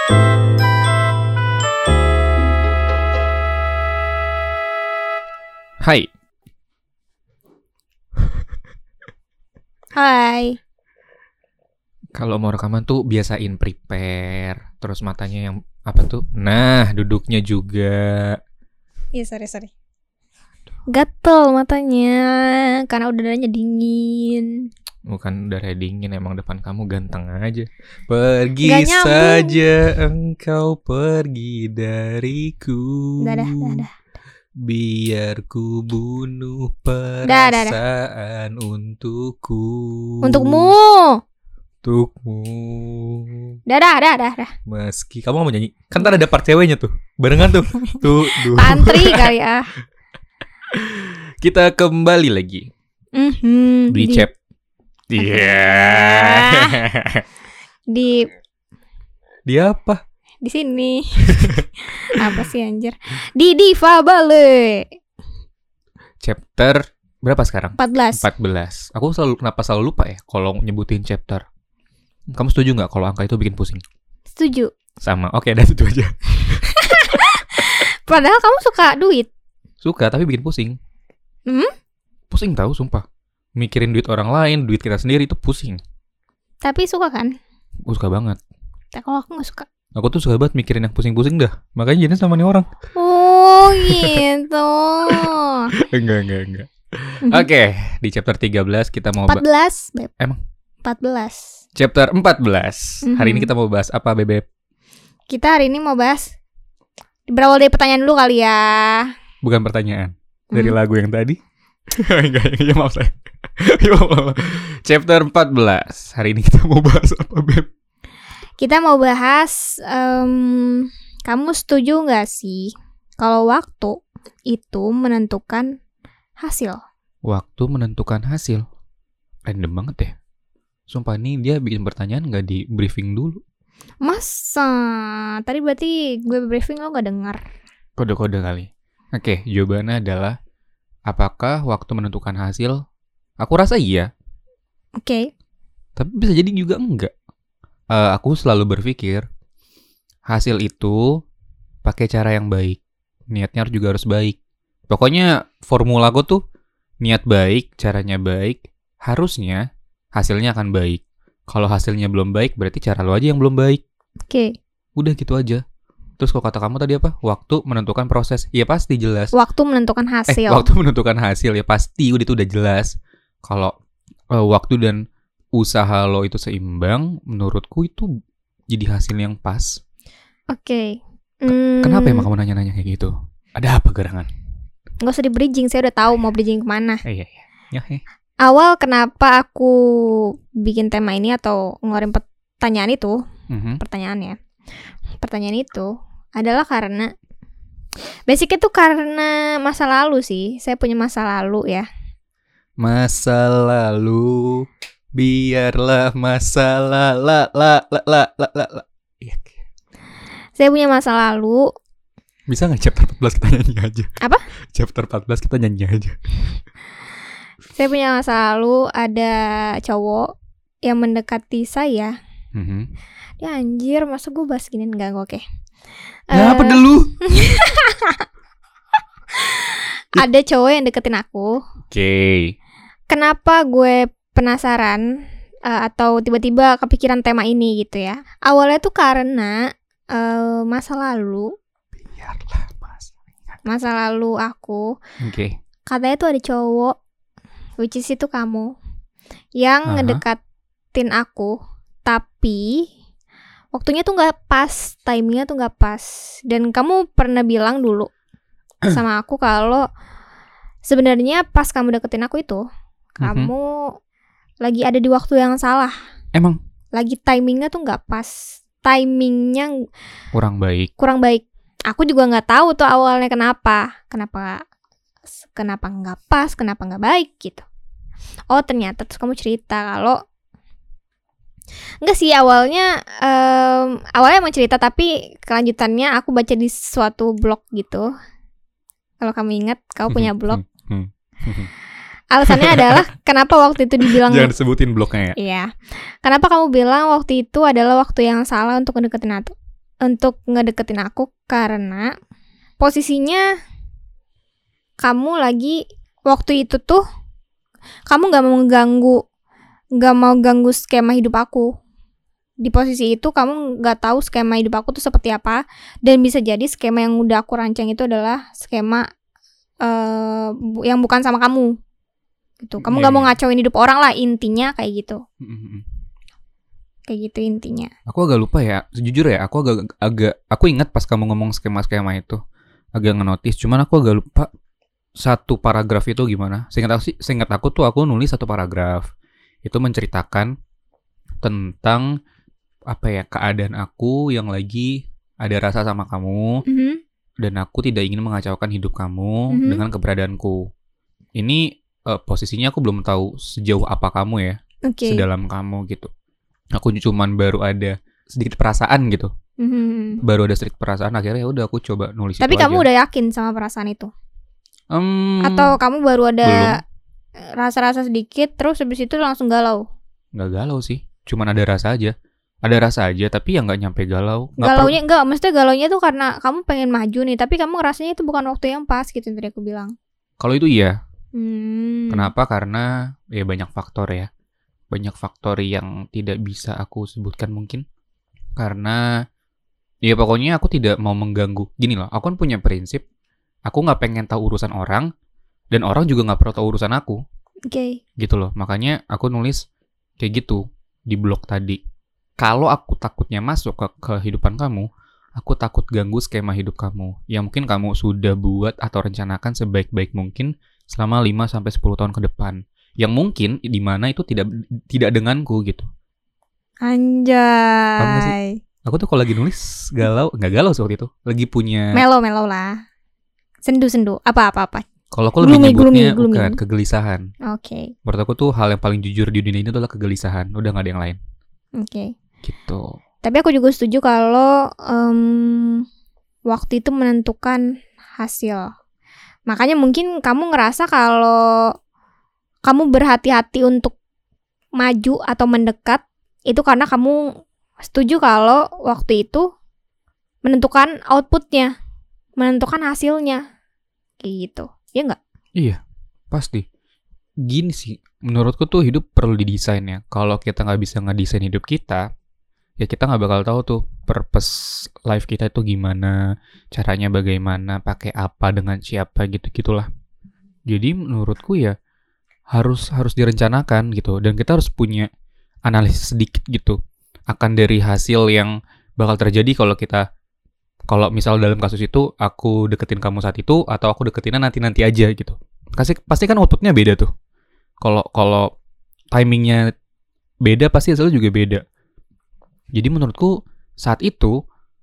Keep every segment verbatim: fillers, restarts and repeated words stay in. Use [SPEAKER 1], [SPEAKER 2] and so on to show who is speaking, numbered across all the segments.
[SPEAKER 1] Hai.
[SPEAKER 2] Hai.
[SPEAKER 1] Kalau mau rekaman tuh biasain prepare. Terus matanya yang apa tuh? Nah, duduknya juga.
[SPEAKER 2] Iya, sorry, sorry. Gatel matanya karena udaranya dingin.
[SPEAKER 1] Bukan udara dingin, emang depan kamu ganteng aja. Pergi
[SPEAKER 2] Gak nyambung.
[SPEAKER 1] saja engkau pergi dariku.
[SPEAKER 2] Dah, dah, dah, dah.
[SPEAKER 1] Biar ku bunuh
[SPEAKER 2] Dah, dah, dah.
[SPEAKER 1] perasaan untukku.
[SPEAKER 2] Untukmu.
[SPEAKER 1] Untukmu.
[SPEAKER 2] Dah, dah, dah, dah, dah.
[SPEAKER 1] Meski kamu mau nyanyi, kan ntar ada part ceweknya tuh, barengan tuh. Tuh, duh.
[SPEAKER 2] Tantri kali ah.
[SPEAKER 1] Kita kembali lagi
[SPEAKER 2] Mhm.
[SPEAKER 1] di chat. Iya.
[SPEAKER 2] Di
[SPEAKER 1] Di apa?
[SPEAKER 2] di sini. Apa sih anjir? Di Difabel
[SPEAKER 1] Chapter berapa sekarang?
[SPEAKER 2] empat belas.
[SPEAKER 1] empat belas. Aku selalu kenapa selalu lupa ya kalau nyebutin chapter. Kamu setuju nggak kalau angka itu bikin pusing?
[SPEAKER 2] Setuju.
[SPEAKER 1] Sama. Oke, dah itu aja.
[SPEAKER 2] Padahal kamu suka duit.
[SPEAKER 1] Suka tapi bikin pusing.
[SPEAKER 2] Hmm?
[SPEAKER 1] Pusing tahu, sumpah. Mikirin duit orang lain, duit kita sendiri itu pusing.
[SPEAKER 2] Tapi suka kan?
[SPEAKER 1] Aku suka banget.
[SPEAKER 2] Tapi kalau aku gak suka.
[SPEAKER 1] Aku tuh suka banget mikirin yang pusing-pusing dah. Makanya jadi sama nih orang.
[SPEAKER 2] Oh gitu.
[SPEAKER 1] Enggak, enggak, enggak. Oke, di chapter tiga belas kita mau
[SPEAKER 2] empat belas, Beb.
[SPEAKER 1] Emang?
[SPEAKER 2] empat belas.
[SPEAKER 1] Chapter empat belas.
[SPEAKER 2] Mhm.
[SPEAKER 1] Hari ini kita mau bahas apa, Bebep?
[SPEAKER 2] Kita hari ini mau bahas berawal dari pertanyaan dulu kali ya.
[SPEAKER 1] Bukan pertanyaan. Dari
[SPEAKER 2] Hmm.
[SPEAKER 1] lagu yang tadi. Enggak, ya maaf saya. Ya maaf. Chapter empat belas. Hari ini kita mau bahas apa, Beb?
[SPEAKER 2] Kita mau bahas em, kamu setuju gak sih kalau waktu itu menentukan hasil?
[SPEAKER 1] Waktu menentukan hasil. Random banget ya. Sumpah nih dia bikin pertanyaan gak di briefing dulu.
[SPEAKER 2] Masa? Tadi berarti gue briefing lo gak dengar.
[SPEAKER 1] Kode-kode kali. Oke, jawabannya adalah apakah waktu menentukan hasil? Aku rasa iya.
[SPEAKER 2] Oke.
[SPEAKER 1] Tapi bisa jadi juga enggak. Uh, aku selalu berpikir hasil itu pakai cara yang baik. Niatnya juga harus baik. Pokoknya formula aku tuh niat baik, caranya baik, harusnya hasilnya akan baik. Kalau hasilnya belum baik, berarti cara lo aja yang belum baik.
[SPEAKER 2] Oke.
[SPEAKER 1] Udah gitu aja. Terus kalau kata kamu tadi apa? Waktu menentukan proses. Ya pasti jelas.
[SPEAKER 2] Waktu menentukan hasil.
[SPEAKER 1] Eh, waktu menentukan hasil ya pasti udah itu udah jelas. Kalau uh, waktu dan usaha lo itu seimbang, menurutku itu jadi hasil yang pas.
[SPEAKER 2] Oke. Hmm,
[SPEAKER 1] Kenapa emang kamu nanya-nanya kayak gitu? Ada apa gerangan?
[SPEAKER 2] Gak usah di bridging, saya udah tahu mau bridging kemana.
[SPEAKER 1] Eh, iya, iya. Ya, eh.
[SPEAKER 2] Awal kenapa aku bikin tema ini atau ngeluarin pertanyaan itu,
[SPEAKER 1] Mhm.
[SPEAKER 2] pertanyaannya, pertanyaan itu adalah karena basicnya tuh karena masa lalu sih. Saya punya masa lalu ya.
[SPEAKER 1] Masa lalu, biarlah masa la la la la la la la. la. Iya.
[SPEAKER 2] Saya punya masa lalu.
[SPEAKER 1] Bisa nggak chapter empat belas kita nyanyi aja?
[SPEAKER 2] Apa?
[SPEAKER 1] Chapter empat belas kita nyanyi aja.
[SPEAKER 2] Saya punya masa lalu ada cowok yang mendekati saya.
[SPEAKER 1] Mhm.
[SPEAKER 2] Ya anjir, masa gue bahas gini enggak oke.
[SPEAKER 1] Ya, apa
[SPEAKER 2] Eh,
[SPEAKER 1] dulu?
[SPEAKER 2] Ada cowok yang deketin aku.
[SPEAKER 1] Oke.
[SPEAKER 2] Kenapa gue penasaran uh, atau tiba-tiba kepikiran tema ini gitu ya? Awalnya tuh karena uh, masa lalu,
[SPEAKER 1] Biarlah mas.
[SPEAKER 2] masa lalu aku
[SPEAKER 1] Oke.
[SPEAKER 2] katanya tuh ada cowok, which is itu kamu, yang
[SPEAKER 1] Aha.
[SPEAKER 2] ngedekatin aku, tapi waktunya tuh nggak pas, timingnya tuh nggak pas. Dan kamu pernah bilang dulu sama aku kalau sebenarnya pas kamu deketin aku itu, kamu lagi ada di waktu yang salah.
[SPEAKER 1] Emang
[SPEAKER 2] Lagi timingnya tuh nggak pas, timingnya
[SPEAKER 1] kurang baik.
[SPEAKER 2] kurang baik. Aku juga nggak tahu tuh awalnya kenapa, kenapa, kenapa nggak pas, kenapa nggak baik gitu. Oh ternyata terus kamu cerita kalau enggak sih awalnya, um, awalnya emang cerita tapi kelanjutannya aku baca di suatu blog gitu. Kalau kamu ingat, kamu punya blog. Alasannya adalah kenapa waktu itu dibilang
[SPEAKER 1] Jangan disebutin blognya ya.
[SPEAKER 2] iya. Kenapa kamu bilang waktu itu adalah waktu yang salah untuk ngedeketin aku? untuk ngedeketin aku karena posisinya kamu lagi waktu itu tuh kamu nggak mau ganggu, nggak mau ganggu skema hidup aku. Di posisi itu kamu nggak tahu skema hidup aku tuh seperti apa, dan bisa jadi skema yang udah aku rancang itu adalah skema uh, yang bukan sama kamu. Gitu. Kamu nggak yeah, mau ngacauin hidup orang lah, intinya kayak gitu.
[SPEAKER 1] Mm-hmm.
[SPEAKER 2] Kayak gitu intinya.
[SPEAKER 1] Aku agak lupa ya, jujur ya, aku agak agak aku ingat pas kamu ngomong skema-skema itu, agak ngenotis, cuman aku agak lupa satu paragraf itu gimana. Seingat aku sih, seingat aku tuh aku nulis satu paragraf. Itu menceritakan tentang apa ya, keadaan aku yang lagi ada rasa sama kamu,
[SPEAKER 2] mm-hmm.
[SPEAKER 1] dan aku tidak ingin mengacaukan hidup kamu
[SPEAKER 2] mm-hmm.
[SPEAKER 1] dengan keberadaanku. Ini uh, posisinya aku belum tahu sejauh apa kamu ya,
[SPEAKER 2] okay.
[SPEAKER 1] sedalam kamu gitu. Aku cuman baru ada sedikit perasaan gitu,
[SPEAKER 2] mm-hmm.
[SPEAKER 1] baru ada sedikit perasaan. Akhirnya ya udah aku coba nulis.
[SPEAKER 2] Tapi
[SPEAKER 1] itu
[SPEAKER 2] kamu
[SPEAKER 1] aja.
[SPEAKER 2] Udah yakin sama perasaan itu?
[SPEAKER 1] Um,
[SPEAKER 2] Atau kamu baru ada
[SPEAKER 1] belum.
[SPEAKER 2] Rasa-rasa sedikit, terus habis itu langsung galau?
[SPEAKER 1] Nggak galau sih, cuman ada rasa aja. Ada rasa aja, tapi ya nggak nyampe galau. Nggak
[SPEAKER 2] galaunya
[SPEAKER 1] per...
[SPEAKER 2] enggak, maksudnya galaunya tuh karena kamu pengen maju nih, tapi kamu ngerasanya itu bukan waktu yang pas gitu yang tadi aku bilang.
[SPEAKER 1] Kalau itu iya.
[SPEAKER 2] Hmm.
[SPEAKER 1] Kenapa? Karena ya banyak faktor ya. Banyak faktor yang tidak bisa aku sebutkan mungkin. Karena ya pokoknya aku tidak mau mengganggu. Gini loh, aku kan punya prinsip. Aku nggak pengen tahu urusan orang, dan orang juga nggak perlu tahu urusan aku.
[SPEAKER 2] Oke. Okay.
[SPEAKER 1] Gitu loh, makanya aku nulis kayak gitu di blog tadi. Kalau aku takutnya masuk ke kehidupan kamu, aku takut ganggu skema hidup kamu yang mungkin kamu sudah buat atau rencanakan sebaik-baik mungkin selama lima sampai sepuluh tahun ke depan. Yang mungkin di mana itu tidak tidak denganku gitu.
[SPEAKER 2] Anjay.
[SPEAKER 1] Paham gak sih? Aku tuh kalau lagi nulis galau, enggak galau waktu itu. Lagi punya
[SPEAKER 2] melo-melo lah. Sendu-sendu, apa-apa-apa.
[SPEAKER 1] Kalau aku lebih nyebutnya bukan kegelisahan.
[SPEAKER 2] Oke. Okay.
[SPEAKER 1] Menurut aku tuh hal yang paling jujur di dunia ini adalah kegelisahan. Udah gak ada yang lain.
[SPEAKER 2] Oke. Okay.
[SPEAKER 1] Gitu.
[SPEAKER 2] Tapi aku juga setuju kalau um, waktu itu menentukan hasil. Makanya mungkin kamu ngerasa kalau kamu berhati-hati untuk maju atau mendekat itu karena kamu setuju kalau waktu itu menentukan outputnya, menentukan hasilnya, kayak gitu. Ya nggak?
[SPEAKER 1] Iya, pasti. Gini sih, menurutku tuh hidup perlu didesain ya. Kalau kita nggak bisa ngedesain hidup kita, ya kita nggak bakal tahu tuh purpose life kita itu gimana, caranya bagaimana, pakai apa, dengan siapa, gitu-gitulah. Jadi menurutku ya harus harus direncanakan gitu, dan kita harus punya analisis sedikit gitu akan dari hasil yang bakal terjadi kalau kita, kalau misal dalam kasus itu aku deketin kamu saat itu atau aku deketinnya nanti-nanti aja gitu. Pasti pasti kan outputnya beda tuh. Kalau kalau timingnya beda pasti hasilnya juga beda. Jadi menurutku saat itu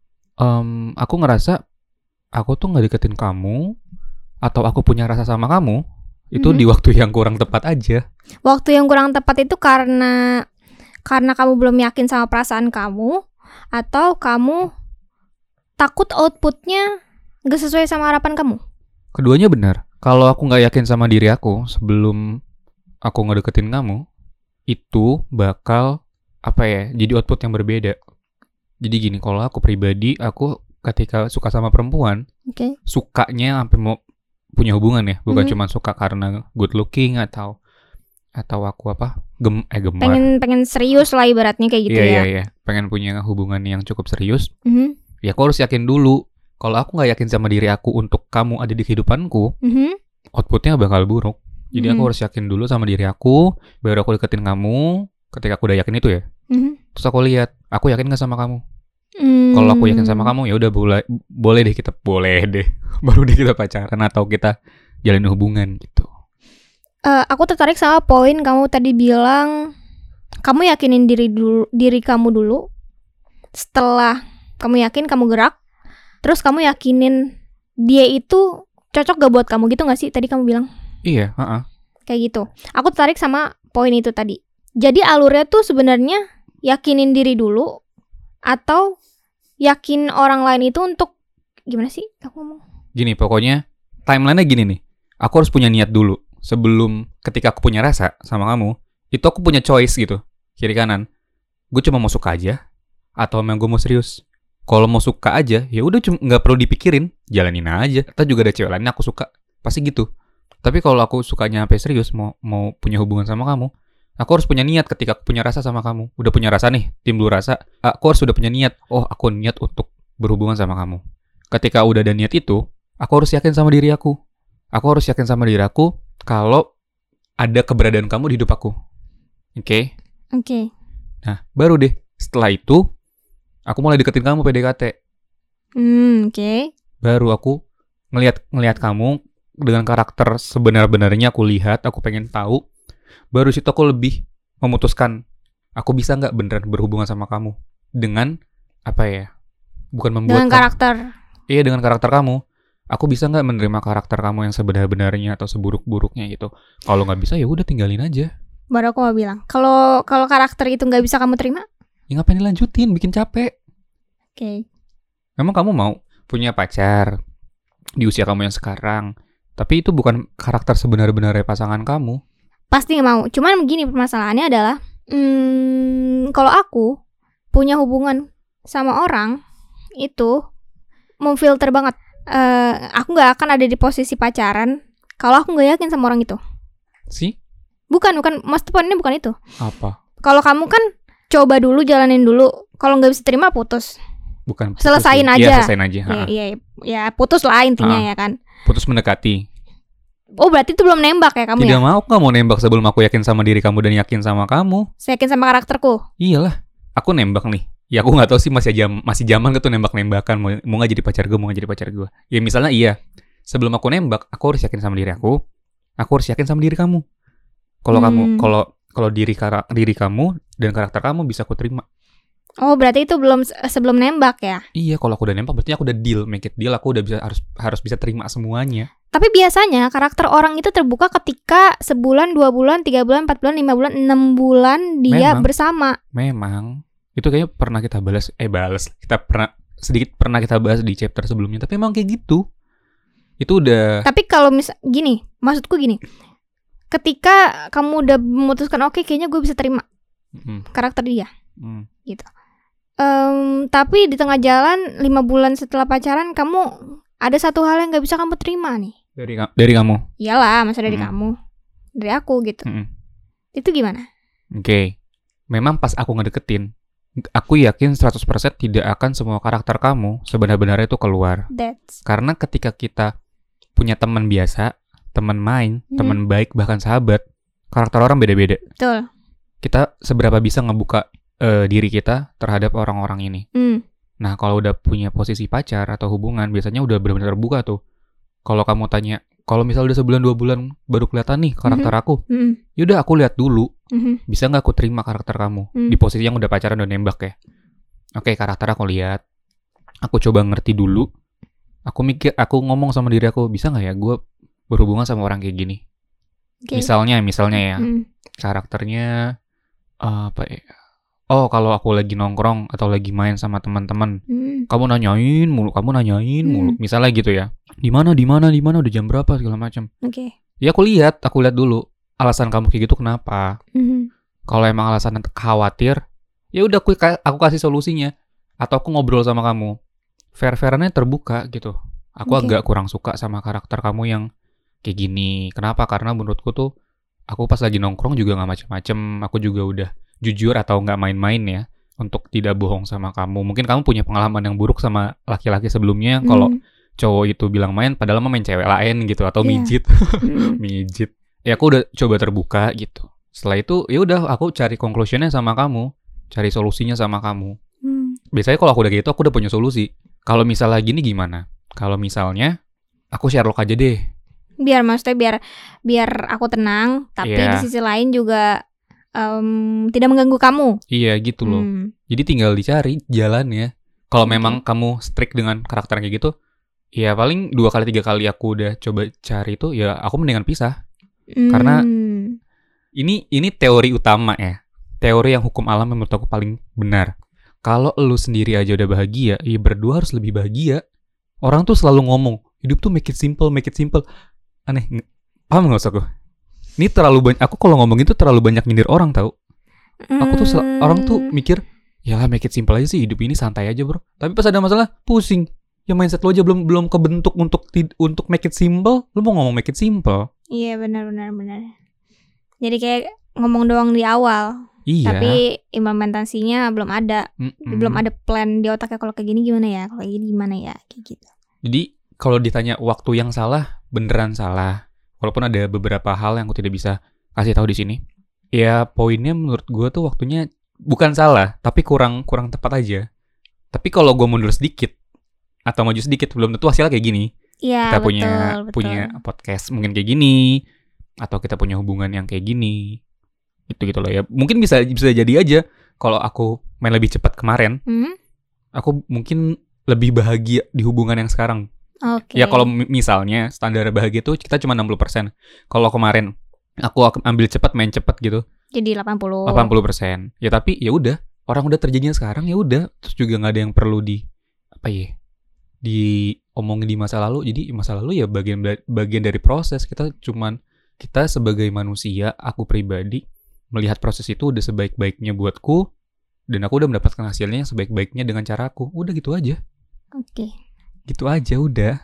[SPEAKER 1] um, aku ngerasa aku tuh nggak deketin kamu atau aku punya rasa sama kamu itu mm-hmm. di waktu yang kurang tepat aja.
[SPEAKER 2] Waktu yang kurang tepat itu karena karena kamu belum yakin sama perasaan kamu, atau kamu takut outputnya nggak sesuai sama harapan kamu?
[SPEAKER 1] Keduanya benar. Kalau aku nggak yakin sama diri aku sebelum aku ngedeketin kamu, itu bakal apa ya, jadi output yang berbeda. Jadi gini, kalau aku pribadi, aku ketika suka sama perempuan,
[SPEAKER 2] okay.
[SPEAKER 1] sukanya sampai mau punya hubungan ya, bukan
[SPEAKER 2] mm-hmm.
[SPEAKER 1] cuma suka karena good looking atau atau aku apa gem eh gemar.
[SPEAKER 2] Pengen pengen serius lah ibaratnya kayak gitu.
[SPEAKER 1] Iya,
[SPEAKER 2] ya.
[SPEAKER 1] Iya iya pengen punya hubungan yang cukup serius.
[SPEAKER 2] Mm-hmm.
[SPEAKER 1] Ya aku harus yakin dulu. Kalau aku nggak yakin sama diri aku untuk kamu ada di kehidupanku,
[SPEAKER 2] mm-hmm.
[SPEAKER 1] outputnya bakal buruk. Jadi mm-hmm. aku harus yakin dulu sama diri aku, baru aku deketin kamu. Ketika aku udah yakin itu ya,
[SPEAKER 2] mm-hmm.
[SPEAKER 1] terus aku lihat, aku yakin nggak sama kamu.
[SPEAKER 2] Mm.
[SPEAKER 1] Kalau aku yakin sama kamu, ya udah boleh, boleh deh kita, boleh deh, baru deh kita pacaran atau kita jalin hubungan gitu.
[SPEAKER 2] Uh, aku tertarik sama poin kamu tadi bilang, kamu yakinin diri dulu, diri kamu dulu. Setelah kamu yakin, kamu gerak. Terus kamu yakinin dia itu cocok gak buat kamu gitu gak sih? Tadi kamu bilang.
[SPEAKER 1] Iya, uh-uh.
[SPEAKER 2] Kayak gitu. Aku tertarik sama poin itu tadi. Jadi alurnya tuh sebenarnya yakinin diri dulu atau yakin orang lain itu untuk gimana sih? Aku ngomong.
[SPEAKER 1] Gini, pokoknya timeline-nya gini nih. Aku harus punya niat dulu. Sebelum ketika aku punya rasa sama kamu, itu aku punya choice gitu, kiri kanan. Gue cuma mau suka aja, atau memang gue mau serius. Kalau mau suka aja, ya udah cuma nggak perlu dipikirin, jalanin aja. Atau juga ada cewek lain aku suka, pasti gitu. Tapi kalau aku sukanya sampai serius, mau mau punya hubungan sama kamu, aku harus punya niat ketika aku punya rasa sama kamu. Udah punya rasa nih, timbul rasa, aku harus udah punya niat. Oh, aku niat untuk berhubungan sama kamu. Ketika udah ada niat itu, aku harus yakin sama diri aku. Aku harus yakin sama diri aku kalau ada keberadaan kamu di hidup aku. Oke? Okay?
[SPEAKER 2] Oke. Okay.
[SPEAKER 1] Nah, baru deh. Setelah itu, aku mulai deketin kamu P D K T.
[SPEAKER 2] Hmm, oke. Okay.
[SPEAKER 1] Baru aku ngelihat ngelihat kamu dengan karakter sebenar-benarnya aku lihat, aku pengen tahu. Baru situ aku lebih memutuskan, aku bisa nggak beneran berhubungan sama kamu dengan apa ya? Bukan membuat
[SPEAKER 2] dengan
[SPEAKER 1] kamu,
[SPEAKER 2] karakter.
[SPEAKER 1] Iya, dengan karakter kamu. Aku bisa nggak menerima karakter kamu yang sebenar-benarnya atau seburuk-buruknya gitu. Kalau nggak bisa ya udah tinggalin aja.
[SPEAKER 2] Baru aku mau bilang, kalau kalau karakter itu nggak bisa kamu terima,
[SPEAKER 1] ya ngapain dilanjutin, bikin capek.
[SPEAKER 2] Oke. Okay.
[SPEAKER 1] Memang kamu mau punya pacar di usia kamu yang sekarang, tapi itu bukan karakter sebenar-benarnya pasangan kamu.
[SPEAKER 2] Pasti nggak mau. Cuman begini permasalahannya adalah, hmm, kalau aku punya hubungan sama orang itu memfilter banget. Uh, aku nggak akan ada di posisi pacaran kalau aku nggak yakin sama orang itu.
[SPEAKER 1] Sih?
[SPEAKER 2] Bukan, bukan. Maksud poinnya bukan itu.
[SPEAKER 1] Apa?
[SPEAKER 2] Kalau kamu kan coba dulu, jalanin dulu. Kalau nggak bisa terima, putus.
[SPEAKER 1] Bukan. Putus
[SPEAKER 2] Selesain
[SPEAKER 1] ya.
[SPEAKER 2] aja.
[SPEAKER 1] Iya, selesain aja.
[SPEAKER 2] Iya, ya, ya, putus lah intinya ha. ya kan.
[SPEAKER 1] Putus mendekati.
[SPEAKER 2] Oh, berarti itu belum nembak ya kamu?
[SPEAKER 1] Tidak
[SPEAKER 2] ya?
[SPEAKER 1] mau, kamu nembak sebelum aku yakin sama diri kamu dan yakin sama kamu.
[SPEAKER 2] Saya yakin sama karakterku.
[SPEAKER 1] Iyalah, aku nembak nih. Ya aku nggak tahu sih masih jam masih zaman gitu nembak-nembakan, mau mau nggak jadi pacar gue, mau nggak jadi pacar gue. Ya misalnya iya, sebelum aku nembak, aku harus yakin sama diri aku, aku harus yakin sama diri kamu. Kalau hmm. kamu, kalau kalau diri kara, diri kamu dan karakter kamu bisa aku terima.
[SPEAKER 2] Oh, berarti itu belum sebelum nembak ya?
[SPEAKER 1] Iya, kalau aku udah nembak berarti aku udah deal, make it deal, aku udah bisa harus harus bisa terima semuanya.
[SPEAKER 2] Tapi biasanya karakter orang itu terbuka ketika sebulan, dua bulan, tiga bulan, empat bulan, lima bulan, enam bulan dia
[SPEAKER 1] memang,
[SPEAKER 2] bersama.
[SPEAKER 1] Memang. Itu kayaknya pernah kita balas, eh balas, kita pernah sedikit pernah kita bahas di chapter sebelumnya. Tapi emang kayak gitu. Itu udah.
[SPEAKER 2] Tapi kalau misal gini, maksudku gini, ketika kamu udah memutuskan, oke, okay, kayaknya gue bisa terima hmm. karakter dia, hmm. gitu. Um, tapi di tengah jalan lima bulan setelah pacaran, kamu ada satu hal yang nggak bisa kamu terima nih.
[SPEAKER 1] Dari dari kamu?
[SPEAKER 2] Iyalah, masa dari hmm. kamu, dari aku gitu. Hmm. Itu gimana?
[SPEAKER 1] Oke, okay. Memang pas aku ngedeketin, aku yakin seratus persen tidak akan semua karakter kamu sebenar-benarnya itu keluar.
[SPEAKER 2] That's...
[SPEAKER 1] Karena ketika kita punya teman biasa, teman main, hmm. teman baik, bahkan sahabat, karakter orang beda-beda.
[SPEAKER 2] Betul.
[SPEAKER 1] Kita seberapa bisa ngebuka uh, diri kita terhadap orang-orang ini.
[SPEAKER 2] Hmm.
[SPEAKER 1] Nah, kalau udah punya posisi pacar atau hubungan, biasanya udah benar-benar terbuka tuh. Kalau kamu tanya, kalau misal udah sebulan dua bulan baru kelihatan nih karakter mm-hmm. aku, mm-hmm. yaudah aku lihat dulu, mm-hmm. bisa nggak aku terima karakter kamu mm. di posisi yang udah pacaran udah nembak ya. Oke, karakter aku lihat, aku coba ngerti dulu, aku mikir, aku ngomong sama diri aku, bisa nggak ya gue berhubungan sama orang kayak gini. Okay. Misalnya, misalnya ya, mm. karakternya uh, apa ya? Oh, kalau aku lagi nongkrong atau lagi main sama teman-teman, hmm. kamu nanyain mulu, kamu nanyain hmm. mulu, misalnya gitu ya. Di mana, di mana, di mana, udah jam berapa segala macam.
[SPEAKER 2] Oke. Okay.
[SPEAKER 1] Ya aku lihat, aku lihat dulu alasan kamu kayak gitu kenapa. Hmm. Kalau emang alasan khawatir, ya udah aku aku kasih solusinya atau aku ngobrol sama kamu. Fair-fairannya terbuka gitu. Aku okay. agak kurang suka sama karakter kamu yang kayak gini. Kenapa? Karena menurutku tuh aku pas lagi nongkrong juga nggak macem-macem. Aku juga udah jujur atau nggak main-main ya untuk tidak bohong sama kamu. Mungkin kamu punya pengalaman yang buruk sama laki-laki sebelumnya. Hmm. Kalau cowok itu bilang main, padahal mah main cewek lain gitu atau yeah. mijit, hmm. mijit. Ya aku udah coba terbuka gitu. Setelah itu ya udah aku cari conclusionnya sama kamu, cari solusinya sama kamu. Hmm. Biasanya kalau aku udah gitu aku udah punya solusi. Kalau misalnya gini gimana? Kalau misalnya aku Sherlock aja deh.
[SPEAKER 2] Biar maksudnya biar biar aku tenang, tapi yeah. di sisi lain juga Um, tidak mengganggu kamu.
[SPEAKER 1] Iya gitu loh. Hmm. Jadi tinggal dicari jalannya. Kalau okay. memang kamu strict dengan karakter kayak gitu, ya paling dua kali tiga kali aku udah coba cari itu, ya aku mendingan pisah. Hmm. Karena ini ini teori utama ya. Teori yang hukum alam menurut aku paling benar. Kalau lu sendiri aja udah bahagia, ya berdua harus lebih bahagia. Orang tuh selalu ngomong, hidup tuh make it simple, make it simple. Aneh, paham nggak usah aku? Ini terlalu banyak, aku kalau ngomong itu terlalu banyak nyindir orang tau. Aku tuh sel- orang tuh mikir, ya make it simple aja sih, hidup ini santai aja bro. Tapi pas ada masalah pusing. Ya mindset lo aja belum belum kebentuk untuk untuk make it simple, lo mau ngomong make it simple.
[SPEAKER 2] Iya benar benar benar. Jadi kayak ngomong doang di awal.
[SPEAKER 1] Iya.
[SPEAKER 2] Tapi implementasinya belum ada.
[SPEAKER 1] Mm-mm.
[SPEAKER 2] Belum ada plan di otaknya, kalau kayak gini gimana ya, kalau kayak gini gimana ya, kayak gitu.
[SPEAKER 1] Jadi kalau ditanya waktu yang salah, beneran salah. Walaupun ada beberapa hal yang aku tidak bisa kasih tahu di sini. Ya poinnya menurut gue tuh waktunya bukan salah, tapi kurang kurang tepat aja. Tapi kalau gue mundur sedikit atau maju sedikit, belum tentu hasilnya kayak gini.
[SPEAKER 2] Iya,
[SPEAKER 1] Kita
[SPEAKER 2] betul,
[SPEAKER 1] punya
[SPEAKER 2] betul.
[SPEAKER 1] punya podcast mungkin kayak gini, atau kita punya hubungan yang kayak gini. Gitu gitu loh ya. Mungkin bisa bisa jadi aja kalau aku main lebih cepat kemarin,
[SPEAKER 2] Hmm?
[SPEAKER 1] aku mungkin lebih bahagia di hubungan yang sekarang.
[SPEAKER 2] Oke.
[SPEAKER 1] Ya kalau mi- misalnya standar bahagia tuh kita cuma enam puluh persen. Kalau kemarin aku ak- ambil cepat, main cepat gitu,
[SPEAKER 2] Jadi delapan puluh.
[SPEAKER 1] delapan puluh persen. Ya tapi ya udah, orang udah terjadinya sekarang ya udah, terus juga nggak ada yang perlu di apa ya? Diomongin di masa lalu. Jadi masa lalu ya bagian bagian dari proses. Kita cuman kita sebagai manusia, aku pribadi melihat proses itu udah sebaik-baiknya buatku, dan aku udah mendapatkan hasilnya yang sebaik-baiknya dengan caraku. Udah gitu aja.
[SPEAKER 2] Oke.
[SPEAKER 1] Gitu aja udah.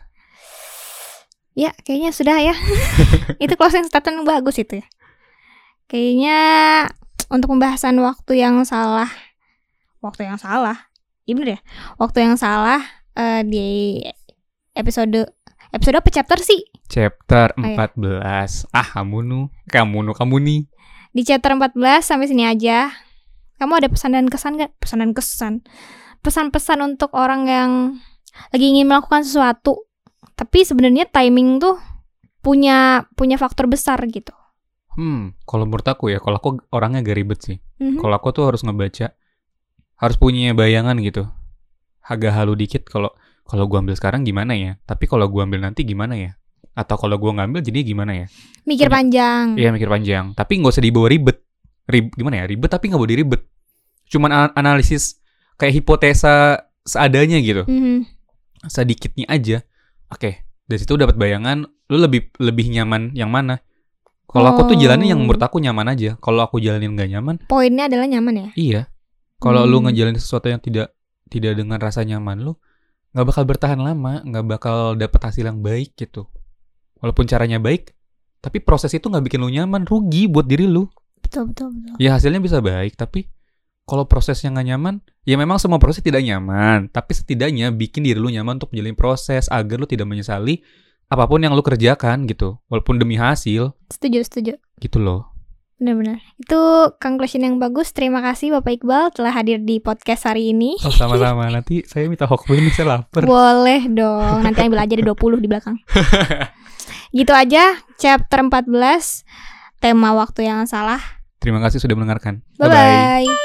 [SPEAKER 2] Ya, kayaknya sudah ya. Itu closing statement yang bagus itu ya. Kayaknya untuk pembahasan waktu yang salah. Waktu yang salah. Iya bener ya? Waktu yang salah uh, di episode episode apa chapter sih?
[SPEAKER 1] Chapter
[SPEAKER 2] Ayo.
[SPEAKER 1] empat belas. Ah, kamu nu, kamu nu, kamu nih.
[SPEAKER 2] Di chapter empat belas sampai sini aja. Kamu ada pesan dan kesan gak? Pesan dan kesan. Pesan-pesan untuk orang yang lagi ingin melakukan sesuatu, tapi sebenarnya timing tuh punya punya faktor besar gitu.
[SPEAKER 1] Hmm, kalau menurut aku ya, kalau aku orangnya agak ribet sih.
[SPEAKER 2] Mhm.
[SPEAKER 1] Kalau aku tuh harus ngebaca, harus punya bayangan gitu. Agak halu dikit kalau kalau gua ambil sekarang gimana ya? Tapi kalau gua ambil nanti gimana ya? Atau kalau gua ngambil jadi gimana ya?
[SPEAKER 2] Mikir
[SPEAKER 1] Punya-
[SPEAKER 2] panjang.
[SPEAKER 1] Iya, mikir panjang. Tapi nggak usah dibawa ribet. Rib, gimana ya? Ribet tapi nggak bawa diribet. Cuman a- analisis kayak hipotesa seadanya gitu.
[SPEAKER 2] Mhm.
[SPEAKER 1] Sedikitnya aja. Oke, dari situ dapat bayangan, lu lebih lebih nyaman yang mana? Kalau aku tuh jalanin yang menurut aku nyaman aja. Kalau aku jalanin nggak nyaman,
[SPEAKER 2] Poinnya adalah nyaman ya.
[SPEAKER 1] iya. Kalau lu
[SPEAKER 2] Hmm.
[SPEAKER 1] ngejalanin sesuatu yang tidak tidak dengan rasa nyaman, lu nggak bakal bertahan lama, nggak bakal dapet hasil yang baik gitu. Walaupun caranya baik, tapi proses itu nggak bikin lu nyaman, rugi buat diri lu.
[SPEAKER 2] Betul betul betul.
[SPEAKER 1] Ya hasilnya bisa baik, tapi kalau prosesnya nggak nyaman, ya memang semua proses tidak nyaman. Tapi setidaknya bikin diri lu nyaman untuk menjalani proses agar lu tidak menyesali apapun yang lu kerjakan gitu. Walaupun demi hasil,
[SPEAKER 2] Setuju setuju.
[SPEAKER 1] gitu loh.
[SPEAKER 2] Benar-benar. Itu conclusion yang bagus. Terima kasih Bapak Iqbal telah hadir di podcast hari ini.
[SPEAKER 1] Oh sama-sama, nanti saya minta hokben nih, saya lapar.
[SPEAKER 2] Boleh dong. Nanti ambil aja ada dua puluh di belakang. Gitu aja chapter empat belas, tema waktu yang salah.
[SPEAKER 1] Terima kasih sudah mendengarkan.
[SPEAKER 2] Bye-bye.